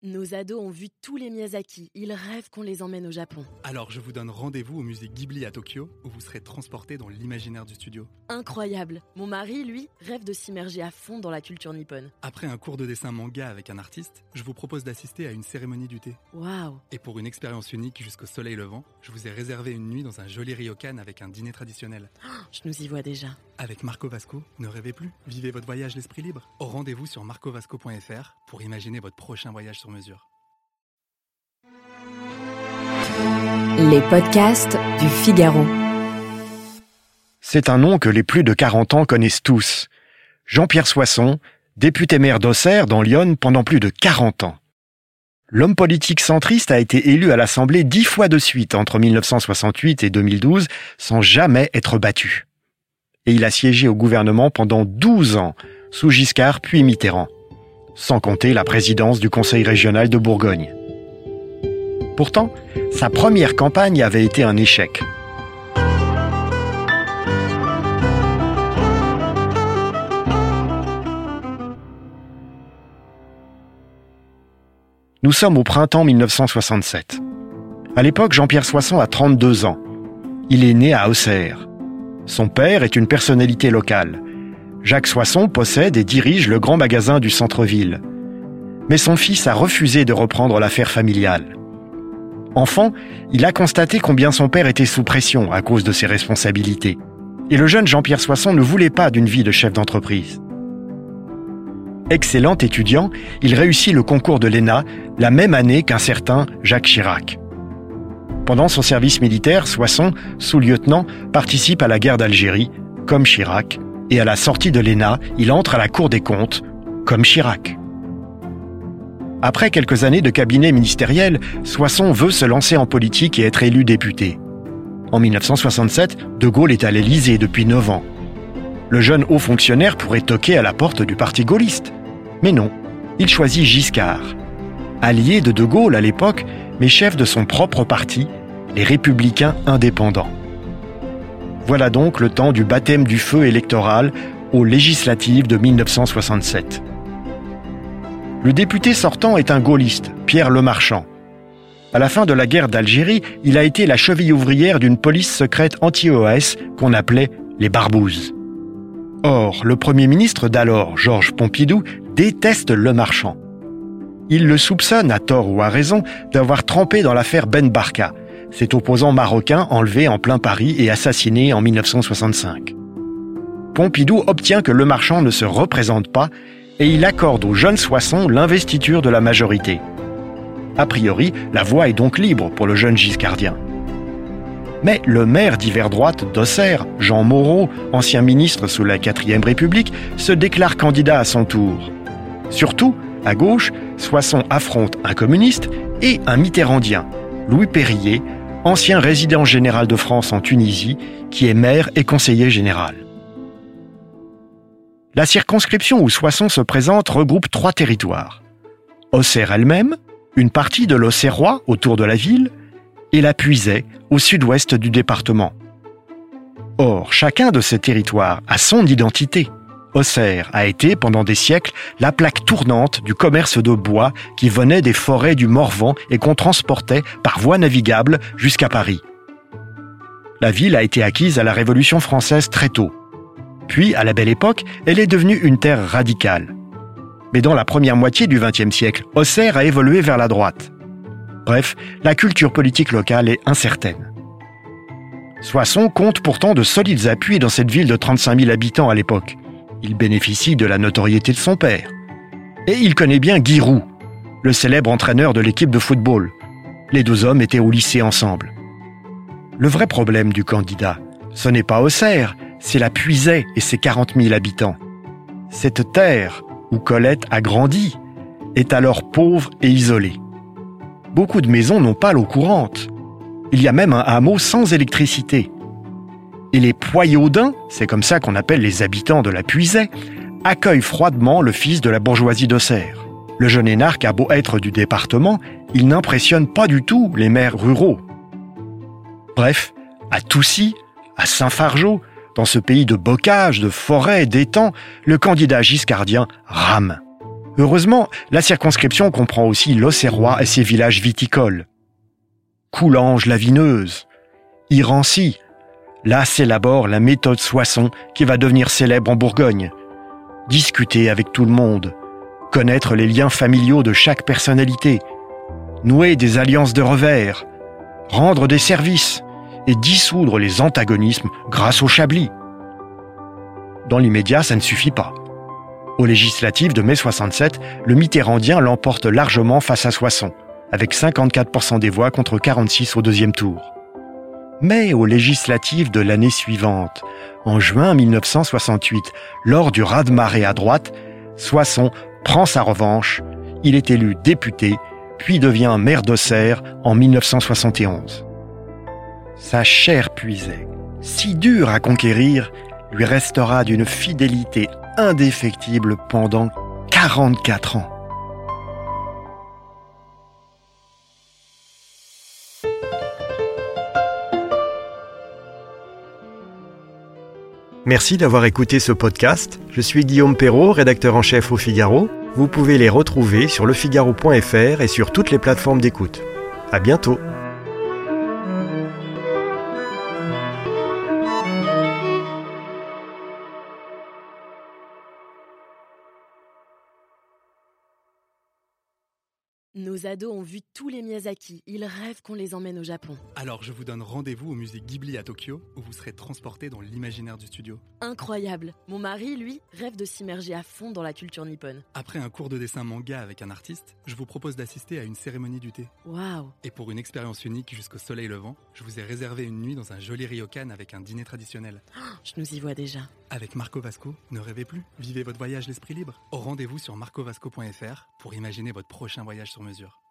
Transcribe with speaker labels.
Speaker 1: Nos ados ont vu tous les Miyazaki. Ils rêvent qu'on les emmène au Japon.
Speaker 2: Alors je vous donne rendez-vous au musée Ghibli à Tokyo, où vous serez transportés dans l'imaginaire du studio.
Speaker 1: Incroyable. Mon mari, lui, rêve de s'immerger à fond dans la culture nippone.
Speaker 2: Après un cours de dessin manga avec un artiste, je vous propose d'assister à une cérémonie du thé.
Speaker 1: Waouh.
Speaker 2: Et pour une expérience unique jusqu'au soleil levant, je vous ai réservé une nuit dans un joli ryokan avec un dîner traditionnel.
Speaker 1: Je nous y vois déjà.
Speaker 2: Avec Marco Vasco, ne rêvez plus, vivez votre voyage l'esprit libre. Au rendez-vous sur marcovasco.fr pour imaginer votre prochain voyage sur mesure.
Speaker 3: Les podcasts du Figaro.
Speaker 4: C'est un nom que les plus de 40 ans connaissent tous. Jean-Pierre Soisson, député maire d'Auxerre dans l'Yonne pendant plus de 40 ans. L'homme politique centriste a été élu à l'Assemblée 10 fois de suite entre 1968 et 2012 sans jamais être battu. Et il a siégé au gouvernement pendant 12 ans, sous Giscard puis Mitterrand, sans compter la présidence du Conseil régional de Bourgogne. Pourtant, sa première campagne avait été un échec. Nous sommes au printemps 1967. À l'époque, Jean-Pierre Soisson a 32 ans. Il est né à Auxerre. Son père est une personnalité locale. Jacques Soisson possède et dirige le grand magasin du centre-ville. Mais son fils a refusé de reprendre l'affaire familiale. Enfant, il a constaté combien son père était sous pression à cause de ses responsabilités. Et le jeune Jean-Pierre Soisson ne voulait pas d'une vie de chef d'entreprise. Excellent étudiant, il réussit le concours de l'ENA la même année qu'un certain Jacques Chirac. Pendant son service militaire, Soisson, sous-lieutenant, participe à la guerre d'Algérie, comme Chirac, et à la sortie de l'ENA, il entre à la Cour des comptes, comme Chirac. Après quelques années de cabinet ministériel, Soisson veut se lancer en politique et être élu député. En 1967, De Gaulle est à l'Élysée depuis 9 ans. Le jeune haut fonctionnaire pourrait toquer à la porte du parti gaulliste. Mais non, il choisit Giscard. Allié de Gaulle à l'époque, mais chef de son propre parti, les Républicains indépendants. Voilà donc le temps du baptême du feu électoral aux législatives de 1967. Le député sortant est un gaulliste, Pierre Lemarchand. À la fin de la guerre d'Algérie, il a été la cheville ouvrière d'une police secrète anti-OAS qu'on appelait les Barbouzes. Or, le Premier ministre d'alors, Georges Pompidou, déteste Lemarchand. Il le soupçonne, à tort ou à raison, d'avoir trempé dans l'affaire Ben Barka, cet opposant marocain enlevé en plein Paris et assassiné en 1965. Pompidou obtient que Lemarchand ne se représente pas et il accorde au jeune Soisson l'investiture de la majorité. A priori, la voie est donc libre pour le jeune giscardien. Mais le maire d'hiver droite d'Auxerre, Jean Moreau, ancien ministre sous la 4e République, se déclare candidat à son tour. Surtout, à gauche, Soisson affronte un communiste et un mitterrandien, Louis Périer, ancien résident général de France en Tunisie, qui est maire et conseiller général. La circonscription où Soisson se présente regroupe 3 territoires. Auxerre elle-même, une partie de l'Auxerrois autour de la ville, et la Puisaye au sud-ouest du département. Or, chacun de ces territoires a son identité. Auxerre a été, pendant des siècles, la plaque tournante du commerce de bois qui venait des forêts du Morvan et qu'on transportait par voie navigable jusqu'à Paris. La ville a été acquise à la Révolution française très tôt. Puis, à la Belle Époque, elle est devenue une terre radicale. Mais dans la première moitié du XXe siècle, Auxerre a évolué vers la droite. Bref, la culture politique locale est incertaine. Soisson compte pourtant de solides appuis dans cette ville de 35 000 habitants à l'époque. Il bénéficie de la notoriété de son père. Et il connaît bien Guy Roux, le célèbre entraîneur de l'équipe de football. Les 2 hommes étaient au lycée ensemble. Le vrai problème du candidat, ce n'est pas Auxerre, c'est la Puisaye et ses 40 000 habitants. Cette terre, où Colette a grandi, est alors pauvre et isolée. Beaucoup de maisons n'ont pas l'eau courante. Il y a même un hameau sans électricité. Et les Poyaudins, c'est comme ça qu'on appelle les habitants de la Puisaye, accueillent froidement le fils de la bourgeoisie d'Auxerre. Le jeune énarque a beau être du département, il n'impressionne pas du tout les maires ruraux. Bref, à Toucy, à Saint-Fargeau, dans ce pays de bocage, de forêts, d'étangs, le candidat giscardien rame. Heureusement, la circonscription comprend aussi l'Auxerrois et ses villages viticoles. Coulanges-la-Vineuse, Irancy. Là s'élabore la méthode Soissons qui va devenir célèbre en Bourgogne. Discuter avec tout le monde, connaître les liens familiaux de chaque personnalité, nouer des alliances de revers, rendre des services et dissoudre les antagonismes grâce au Chablis. Dans l'immédiat, ça ne suffit pas. Aux législatives de mai 67, le Mitterrandien l'emporte largement face à Soissons, avec 54% des voix contre 46% au deuxième tour. Mais aux législatives de l'année suivante, en juin 1968, lors du raz-de-marée à droite, Soissons prend sa revanche, il est élu député, puis devient maire d'Auxerre en 1971. Sa chair puisée, si dure à conquérir, lui restera d'une fidélité indéfectible pendant 44 ans. Merci d'avoir écouté ce podcast. Je suis Guillaume Perrault, rédacteur en chef au Figaro. Vous pouvez les retrouver sur lefigaro.fr et sur toutes les plateformes d'écoute. À bientôt.
Speaker 1: Nos ados ont vu tous les Miyazaki. Ils rêvent qu'on les emmène au Japon.
Speaker 2: Alors je vous donne rendez-vous au musée Ghibli à Tokyo, où vous serez transporté dans l'imaginaire du studio.
Speaker 1: Incroyable. Mon mari, lui, rêve de s'immerger à fond dans la culture nippone.
Speaker 2: Après un cours de dessin manga avec un artiste, je vous propose d'assister à une cérémonie du thé.
Speaker 1: Waouh.
Speaker 2: Et pour une expérience unique jusqu'au soleil levant, je vous ai réservé une nuit dans un joli ryokan avec un dîner traditionnel.
Speaker 1: Je nous y vois déjà.
Speaker 2: Avec Marco Vasco, ne rêvez plus, vivez votre voyage l'esprit libre. Au rendez-vous sur marcovasco.fr pour imaginer votre prochain voyage sur mesure.